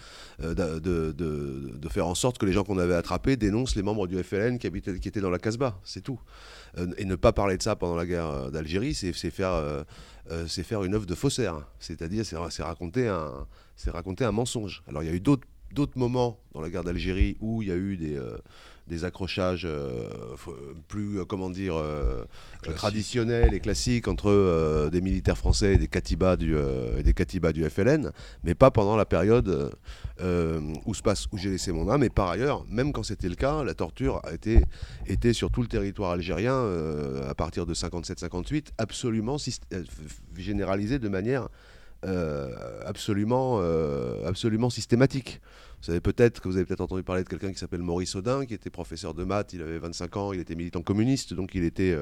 en sorte que les gens qu'on avait attrapés dénoncent les membres du FLN qui étaient dans la Casbah. C'est tout. Et ne pas parler de ça pendant la guerre d'Algérie, c'est faire une œuvre de faussaire. C'est-à-dire, c'est raconter un mensonge. Alors, il y a eu d'autres moments dans la guerre d'Algérie où il y a eu des accrochages plus, traditionnels et classiques entre des militaires français et des katibas du FLN, mais pas pendant la période où j'ai laissé mon âme. Et par ailleurs, même quand c'était le cas, la torture était sur tout le territoire algérien à partir de 57-58, absolument généralisée de manière absolument systématique. Vous avez peut-être entendu parler de quelqu'un qui s'appelle Maurice Audin, qui était professeur de maths, il avait 25 ans, il était militant communiste, donc il était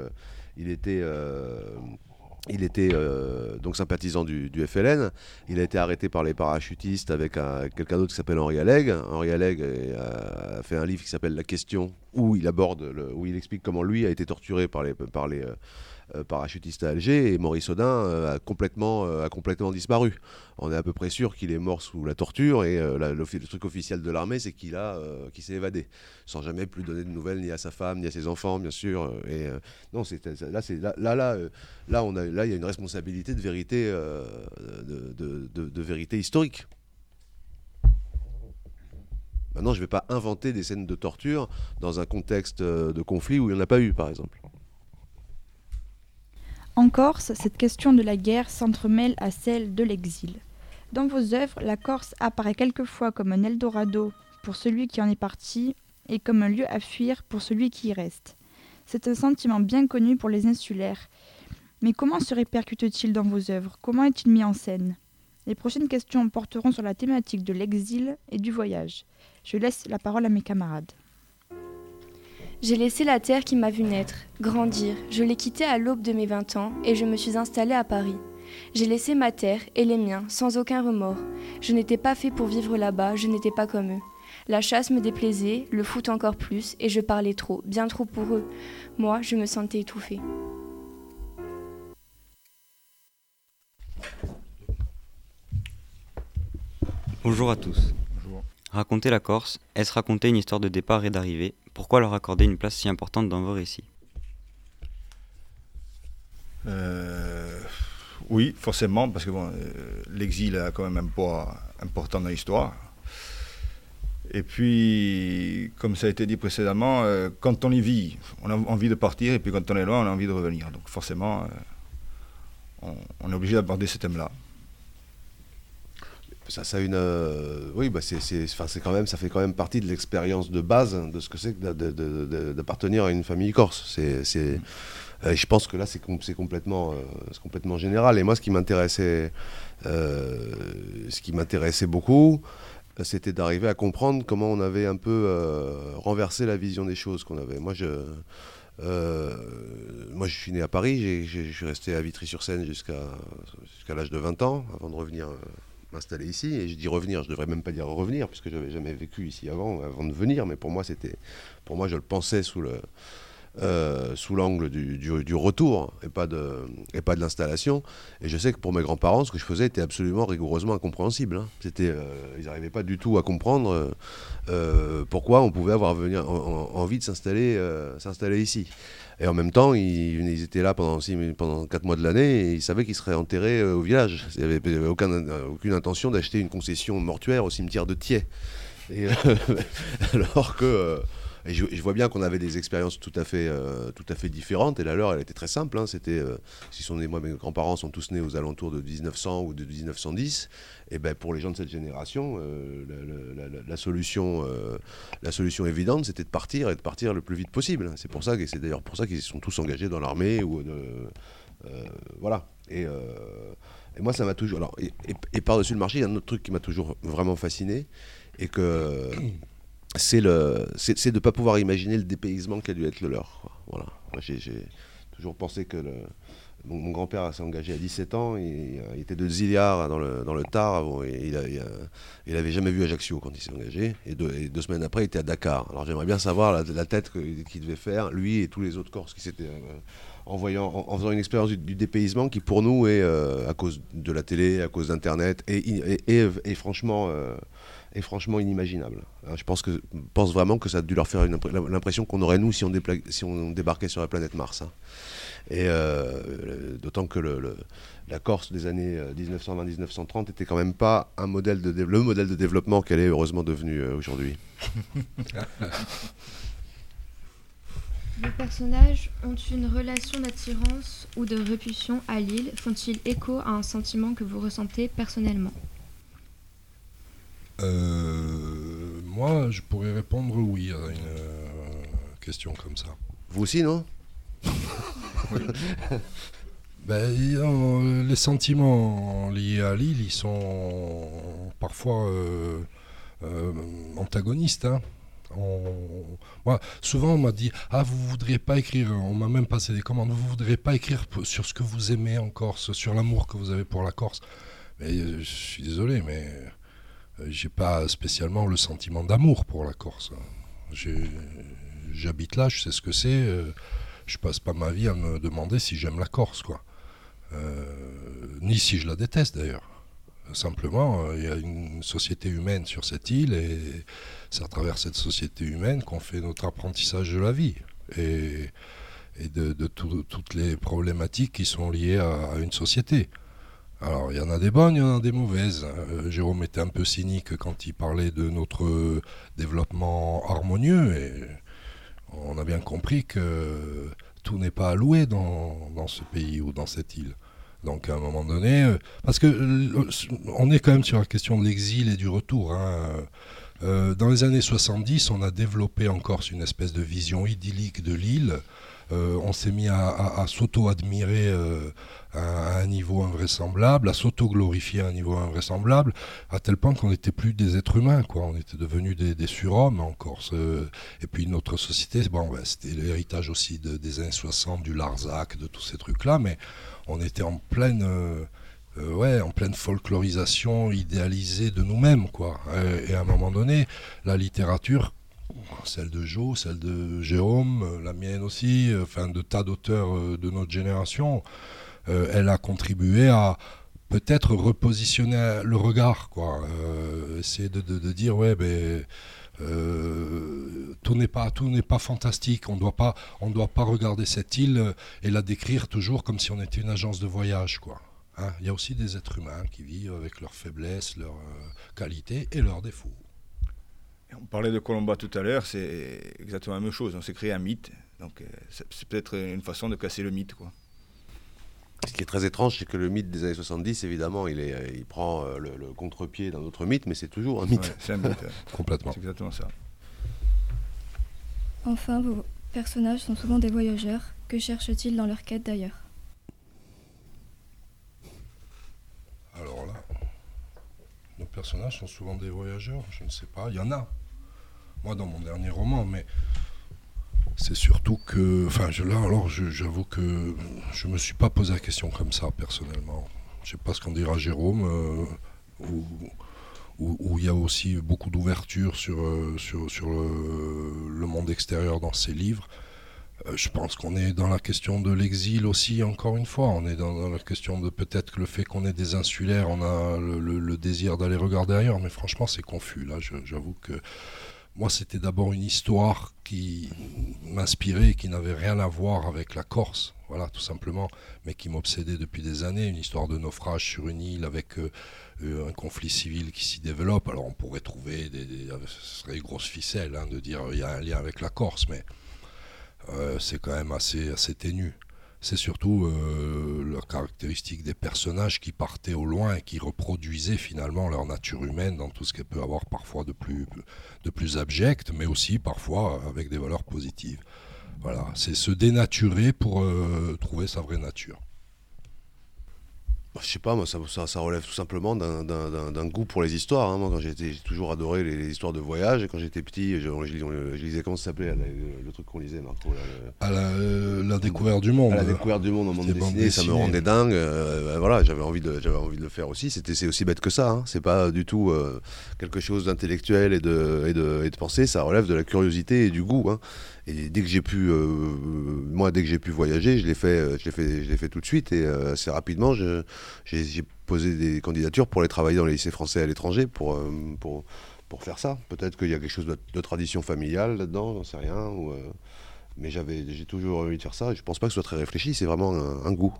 donc sympathisant du FLN. Il a été arrêté par les parachutistes avec quelqu'un d'autre qui s'appelle Henri Alleg. Henri Alleg a fait un livre qui s'appelle La Question, où il explique comment lui a été torturé par les parachutiste à Alger, et Maurice Audin a complètement disparu. On est à peu près sûr qu'il est mort sous la torture, et le truc officiel de l'armée, c'est qu'il s'est évadé, sans jamais plus donner de nouvelles ni à sa femme ni à ses enfants, bien sûr. Et non, là, il y a une responsabilité de vérité, de vérité historique. Maintenant, je ne vais pas inventer des scènes de torture dans un contexte de conflit où il n'y en a pas eu, par exemple. En Corse, cette question de la guerre s'entremêle à celle de l'exil. Dans vos œuvres, la Corse apparaît quelquefois comme un Eldorado pour celui qui en est parti et comme un lieu à fuir pour celui qui y reste. C'est un sentiment bien connu pour les insulaires. Mais comment se répercute-t-il dans vos œuvres? Comment est-il mis en scène? Les prochaines questions porteront sur la thématique de l'exil et du voyage. Je laisse la parole à mes camarades. J'ai laissé la terre qui m'a vu naître, grandir. Je l'ai quittée à l'aube de mes 20 ans et je me suis installée à Paris. J'ai laissé ma terre et les miens sans aucun remords. Je n'étais pas fait pour vivre là-bas, je n'étais pas comme eux. La chasse me déplaisait, le foot encore plus, et je parlais trop, bien trop pour eux. Moi, je me sentais étouffée. Bonjour à tous. Bonjour. Raconter la Corse, est-ce raconter une histoire de départ et d'arrivée? Pourquoi leur accorder une place si importante dans vos récits? Oui, forcément, parce que l'exil a quand même un poids important dans l'histoire. Et puis, comme ça a été dit précédemment, quand on y vit, on a envie de partir, et puis quand on est loin, on a envie de revenir. Donc forcément, on est obligé d'aborder ce thème-là. Ça fait quand même partie de l'expérience de base de ce que c'est que d'appartenir à une famille corse. Je pense que là, c'est complètement général. Et moi, ce qui m'intéressait beaucoup, c'était d'arriver à comprendre comment on avait un peu renversé la vision des choses qu'on avait. Moi, je suis né à Paris, je suis resté à Vitry-sur-Seine jusqu'à l'âge de 20 ans, avant de revenir m'installer ici. Et je dis revenir, je devrais même pas dire revenir, puisque je n'avais jamais vécu ici avant de venir, mais pour moi, je le pensais sous l'angle du retour et pas de l'installation. Et je sais que pour mes grands-parents, ce que je faisais était absolument rigoureusement incompréhensible. Hein. Ils n'arrivaient pas du tout à comprendre pourquoi on pouvait avoir envie de s'installer ici. Et en même temps, ils étaient là pendant 4 mois de l'année et ils savaient qu'ils seraient enterrés au village. Il n'y avait aucune intention d'acheter une concession mortuaire au cimetière de Thiais. Et alors que... Et je vois bien qu'on avait des expériences tout à fait différentes, et la leur, elle était très simple. Hein. Moi, mes grands-parents sont tous nés aux alentours de 1900 ou de 1910, et ben pour les gens de cette génération, la solution évidente, c'était de partir le plus vite possible. C'est d'ailleurs pour ça qu'ils sont tous engagés dans l'armée voilà. Et moi, ça m'a toujours. Et par-dessus le marché, il y a un autre truc qui m'a toujours vraiment fasciné, et que c'est de ne pas pouvoir imaginer le dépaysement qu'a dû être le leur, quoi. Voilà. Moi, j'ai toujours pensé que mon grand-père s'est engagé à 17 ans, il était de Zilliard dans le Tarn, et il n'avait jamais vu Ajaccio quand il s'est engagé, et 2 semaines après il était à Dakar. Alors j'aimerais bien savoir la tête qu'il devait faire, lui et tous les autres Corses qui s'étaient en faisant une expérience du dépaysement qui pour nous est à cause de la télé, à cause d'internet, et franchement inimaginable. Alors, je pense vraiment que ça a dû leur faire l'impression qu'on aurait nous si on débarquait sur la planète Mars, hein. Et d'autant que la Corse des années 1920-1930 était quand même pas le modèle de développement qu'elle est heureusement devenue aujourd'hui. Les personnages ont une relation d'attirance ou de répulsion à l'île. Font-ils écho à un sentiment que vous ressentez personnellement ? Moi, je pourrais répondre oui à une question comme ça. Vous aussi, non ? Oui. Les sentiments liés à l'île, ils sont parfois antagonistes, hein. Moi, souvent on m'a dit vous voudriez pas écrire, on m'a même passé des commandes, vous voudriez pas écrire sur ce que vous aimez en Corse, sur l'amour que vous avez pour la Corse. Mais je suis désolé, mais j'ai pas spécialement le sentiment d'amour pour la Corse. J'habite là, je sais ce que c'est. Je passe pas ma vie à me demander si j'aime la Corse, quoi. Ni si je la déteste d'ailleurs. Simplement, il y a une société humaine sur cette île et c'est à travers cette société humaine qu'on fait notre apprentissage de la vie et de toutes les problématiques qui sont liées à une société. Alors, il y en a des bonnes, il y en a des mauvaises. Jérôme était un peu cynique quand il parlait de notre développement harmonieux et on a bien compris que tout n'est pas alloué dans ce pays ou dans cette île. Donc à un moment donné, parce que on est quand même sur la question de l'exil et du retour, hein. Dans les années 70, on a développé en Corse une espèce de vision idyllique de l'île. On s'est mis à s'auto-admirer à un niveau invraisemblable, à s'auto-glorifier à un niveau invraisemblable, à tel point qu'on n'était plus des êtres humains, quoi. On était devenus des surhommes en Corse. Et puis notre société, c'était l'héritage aussi des années 60, du Larzac, de tous ces trucs-là, mais on était en pleine folklorisation idéalisée de nous-mêmes, quoi. Et à un moment donné, la littérature, celle de Jo, celle de Jérôme, la mienne aussi, de tas d'auteurs de notre génération, elle a contribué à peut-être repositionner le regard, quoi. Essayer de dire tout n'est pas fantastique. On doit pas regarder cette île et la décrire toujours comme si on était une agence de voyage, quoi. Hein, il y a aussi des êtres humains qui vivent avec leurs faiblesses, leurs qualités et leurs défauts. On parlait de Colomba tout à l'heure, c'est exactement la même chose. On s'est créé un mythe, donc c'est peut-être une façon de casser le mythe, quoi. Ce qui est très étrange, c'est que le mythe des années 70, évidemment, il prend le contre-pied d'un autre mythe, mais c'est toujours un mythe. Ouais, c'est un mythe. Complètement. C'est exactement ça. Enfin, vos personnages sont souvent des voyageurs. Que cherchent-ils dans leur quête d'ailleurs ? Alors là, nos personnages sont souvent des voyageurs, je ne sais pas, il y en a. Moi, dans mon dernier roman, mais c'est surtout que... j'avoue que je ne me suis pas posé la question comme ça, personnellement. Je ne sais pas ce qu'en dira Jérôme, où il y a aussi beaucoup d'ouverture sur le monde extérieur dans ses livres. Je pense qu'on est dans la question de l'exil aussi, encore une fois. On est dans la question de peut-être que le fait qu'on est des insulaires, on a le désir d'aller regarder ailleurs. Mais franchement, c'est confus. Là, j'avoue que moi, c'était d'abord une histoire qui m'inspirait et qui n'avait rien à voir avec la Corse. Voilà, tout simplement. Mais qui m'obsédait depuis des années. Une histoire de naufrage sur une île avec un conflit civil qui s'y développe. Alors, on pourrait trouver ce serait une grosse ficelle, hein, de dire il y a un lien avec la Corse, mais... c'est quand même assez ténu. C'est surtout la caractéristique des personnages qui partaient au loin et qui reproduisaient finalement leur nature humaine dans tout ce qu'elle peut avoir parfois de plus abject, mais aussi parfois avec des valeurs positives. Voilà, c'est se dénaturer pour trouver sa vraie nature. Je sais pas, moi, ça relève tout simplement d'un goût pour les histoires. Hein. Moi, quand j'ai toujours adoré les histoires de voyage. Et quand j'étais petit, je lisais, comment ça s'appelait, le truc qu'on lisait, Marco la découverte du monde. La découverte du monde en bande dessinée, ça me rendait dingue. Voilà, j'avais envie de le faire aussi. C'est aussi bête que ça. Hein. C'est pas du tout quelque chose d'intellectuel et de pensée. Ça relève de la curiosité et du goût. Hein. Et dès que j'ai pu voyager, je l'ai fait tout de suite et assez rapidement. J'ai posé des candidatures pour aller travailler dans les lycées français à l'étranger pour faire ça. Peut-être qu'il y a quelque chose de tradition familiale là-dedans, j'en sais rien. Mais j'ai toujours envie de faire ça. Et je pense pas que ce soit très réfléchi. C'est vraiment un goût.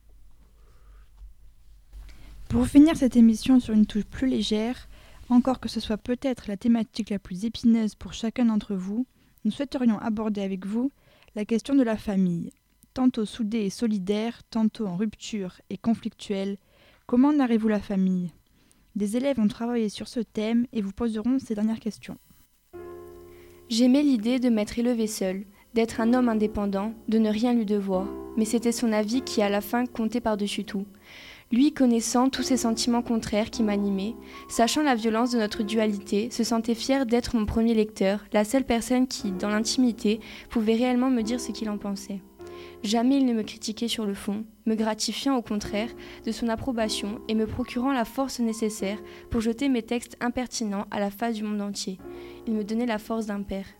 Pour finir cette émission sur une touche plus légère, encore que ce soit peut-être la thématique la plus épineuse pour chacun d'entre vous, nous souhaiterions aborder avec vous la question de la famille. Tantôt soudée et solidaire, tantôt en rupture et conflictuelle, comment narrez-vous la famille ? Des élèves ont travaillé sur ce thème et vous poseront ces dernières questions. J'aimais l'idée de m'être élevé seul, d'être un homme indépendant, de ne rien lui devoir, mais c'était son avis qui à la fin comptait par-dessus tout. Lui, connaissant tous ces sentiments contraires qui m'animaient, sachant la violence de notre dualité, se sentait fier d'être mon premier lecteur, la seule personne qui, dans l'intimité, pouvait réellement me dire ce qu'il en pensait. Jamais il ne me critiquait sur le fond, me gratifiant au contraire de son approbation et me procurant la force nécessaire pour jeter mes textes impertinents à la face du monde entier. Il me donnait la force d'un père.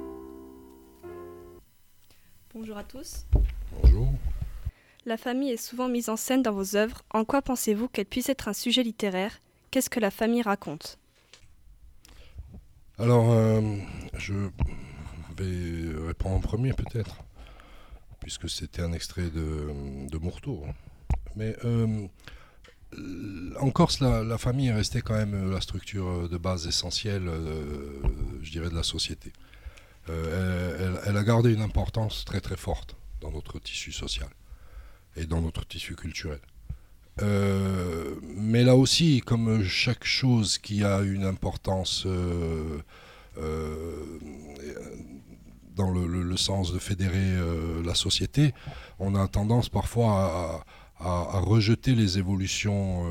Bonjour à tous. Bonjour. La famille est souvent mise en scène dans vos œuvres. En quoi pensez-vous qu'elle puisse être un sujet littéraire ? Qu'est-ce que la famille raconte ? Alors, je vais répondre en premier peut-être, puisque c'était un extrait de Murtour. Mais en Corse, la famille est restée quand même la structure de base essentielle, je dirais, de la société. Elle a gardé une importance très très forte dans notre tissu social et dans notre tissu culturel. Mais là aussi, comme chaque chose qui a une importance dans le sens de fédérer la société, on a tendance parfois à rejeter les évolutions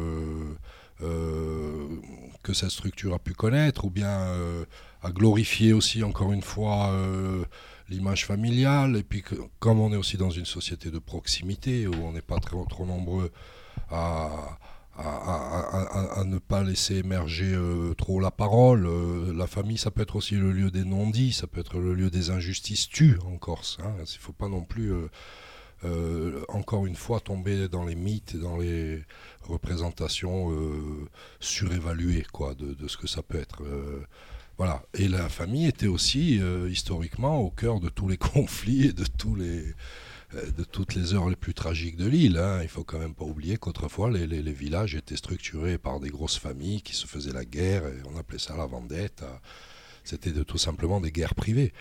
que cette structure a pu connaître, ou bien à glorifier aussi encore une fois l'image familiale. Et puis comme on est aussi dans une société de proximité où on n'est pas trop nombreux à ne pas laisser émerger trop la parole, la famille, ça peut être aussi le lieu des non-dits, ça peut être le lieu des injustices tues en Corse. Hein. Il ne faut pas non plus encore une fois tomber dans les mythes et dans les représentations surévaluées de ce que ça peut être. Voilà. Et la famille était aussi historiquement au cœur de tous les conflits et de toutes les heures les plus tragiques de l'île. Hein. Il ne faut quand même pas oublier qu'autrefois les villages étaient structurés par des grosses familles qui se faisaient la guerre, et on appelait ça la vendetta. C'était tout simplement des guerres privées.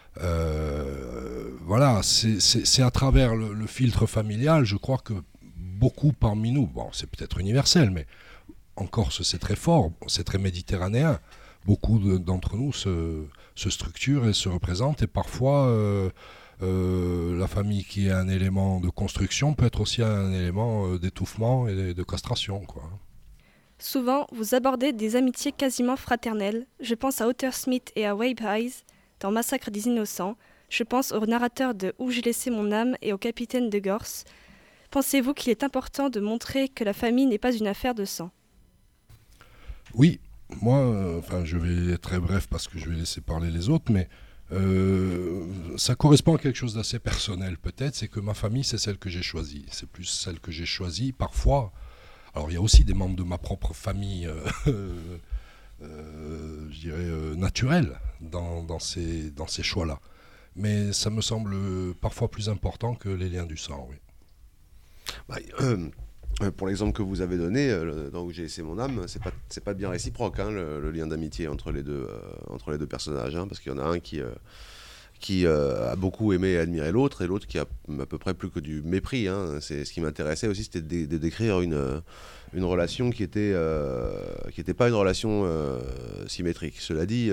Voilà, c'est à travers le filtre familial, je crois que beaucoup parmi nous, bon, c'est peut-être universel, mais en Corse c'est très fort, c'est très méditerranéen. Beaucoup d'entre nous se structurent et se représentent, et parfois la famille qui est un élément de construction peut être aussi un élément d'étouffement et de castration, quoi. Souvent, vous abordez des amitiés quasiment fraternelles. Je pense à Otter Smith et à Wabe Eyes dans Massacre des Innocents. Je pense au narrateur de Où j'ai laissé mon âme et au capitaine de Gorse. Pensez-vous qu'il est important de montrer que la famille n'est pas une affaire de sang ? Oui, moi, je vais être très bref parce que je vais laisser parler les autres, mais ça correspond à quelque chose d'assez personnel peut-être, c'est que ma famille, c'est celle que j'ai choisie. C'est plus celle que j'ai choisie parfois. Alors il y a aussi des membres de ma propre famille, je dirais, naturels dans ces choix-là. Mais ça me semble parfois plus important que les liens du sang, oui. Pour l'exemple que vous avez donné, dans Où j'ai laissé mon âme, c'est pas bien réciproque, hein, le lien d'amitié entre les deux personnages, hein, parce qu'il y en a un qui a beaucoup aimé et admiré l'autre, et l'autre qui a à peu près plus que du mépris. Hein. C'est ce qui m'intéressait aussi, c'était de décrire une relation qui était pas une relation symétrique. Cela dit,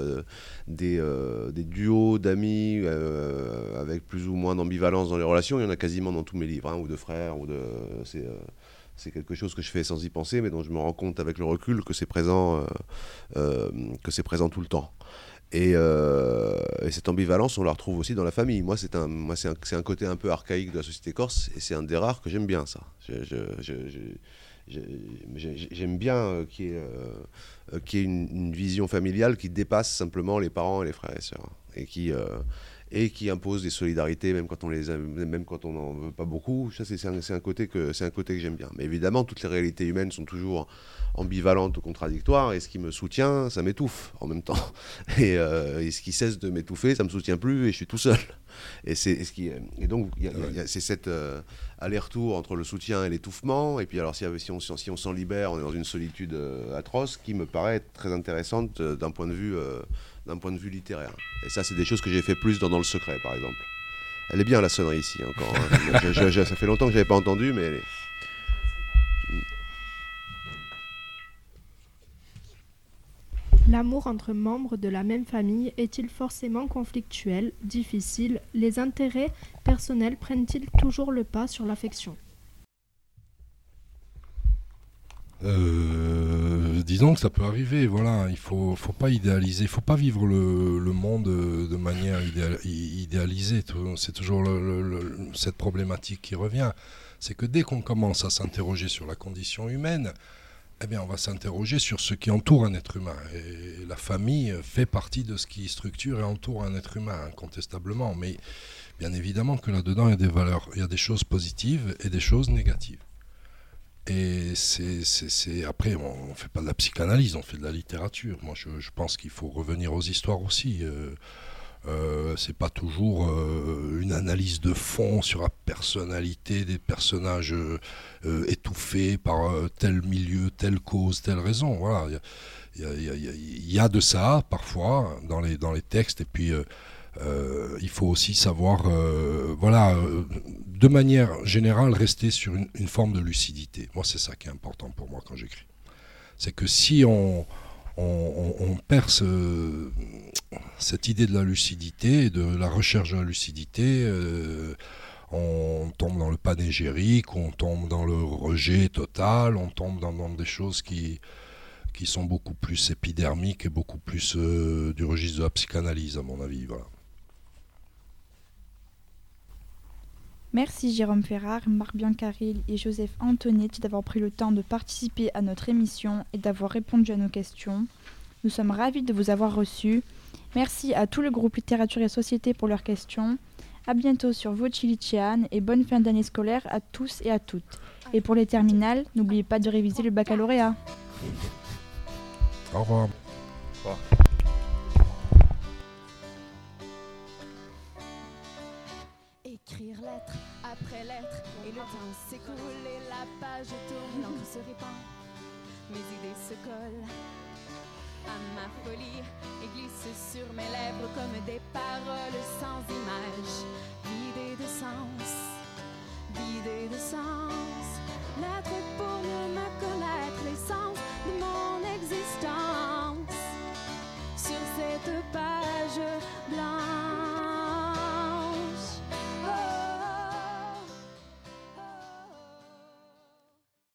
des duos d'amis avec plus ou moins d'ambivalence dans les relations, il y en a quasiment dans tous mes livres, hein, ou de frères, ou de C'est quelque chose que je fais sans y penser, mais dont je me rends compte avec le recul que c'est présent tout le temps. Et cette ambivalence, on la retrouve aussi dans la famille. Moi, c'est un côté un peu archaïque de la société corse, et c'est un des rares que j'aime bien, ça. J'aime bien qu'il y ait une vision familiale qui dépasse simplement les parents et les frères et sœurs, et qui impose des solidarités même quand on n'en veut pas beaucoup. Ça, c'est un côté que j'aime bien. Mais évidemment, toutes les réalités humaines sont toujours ambivalentes ou contradictoires, et ce qui me soutient, ça m'étouffe en même temps. Et ce qui cesse de m'étouffer, ça me soutient plus, et je suis tout seul. Et donc c'est cet aller-retour entre le soutien et l'étouffement. Et puis alors si on s'en libère, on est dans une solitude atroce qui me paraît très intéressante d'un point de vue littéraire. Et ça, c'est des choses que j'ai fait plus dans Le Secret, par exemple. Elle est bien, la sonnerie ici encore. Hein. Ça fait longtemps que je n'avais pas entendu, mais elle est... L'amour entre membres de la même famille est-il forcément conflictuel, difficile? Les intérêts personnels prennent-ils toujours le pas sur l'affection? Disons que ça peut arriver, voilà. Il faut pas idéaliser, il faut pas vivre le monde de manière idéalisée. C'est toujours cette problématique qui revient. C'est que dès qu'on commence à s'interroger sur la condition humaine, eh bien, on va s'interroger sur ce qui entoure un être humain. Et la famille fait partie de ce qui structure et entoure un être humain, incontestablement. Mais bien évidemment que là-dedans, il y a des valeurs, il y a des choses positives et des choses négatives. Et après, on ne fait pas de la psychanalyse, on fait de la littérature. Moi, je pense qu'il faut revenir aux histoires aussi. C'est pas toujours une analyse de fond sur la personnalité des personnages étouffés par tel milieu, telle cause, telle raison. Voilà, il y a de ça parfois dans les textes, et puis il faut aussi savoir, de manière générale, rester sur une forme de lucidité. Moi, c'est ça qui est important pour moi quand j'écris. C'est que si on perce cette idée de la lucidité, de la recherche de la lucidité, on tombe dans le panégyrique, on tombe dans le rejet total, on tombe dans des choses qui sont beaucoup plus épidermiques et beaucoup plus du registre de la psychanalyse, à mon avis. Voilà. Merci Jérôme Ferrard, Marc Biancaril et Joseph Antonetti d'avoir pris le temps de participer à notre émission et d'avoir répondu à nos questions. Nous sommes ravis de vous avoir reçus. Merci à tout le groupe Littérature et Société pour leurs questions. À bientôt sur Voci Liceane et bonne fin d'année scolaire à tous et à toutes. Et pour les terminales, n'oubliez pas de réviser le baccalauréat. Au revoir. Au revoir. Écrire lettre après lettre, et le temps s'écoule et la page tourne, l'encre se répand, mes idées se collent à ma folie et glissent sur mes lèvres comme des paroles sans image, vidées de sens, vidées de sens. Lettre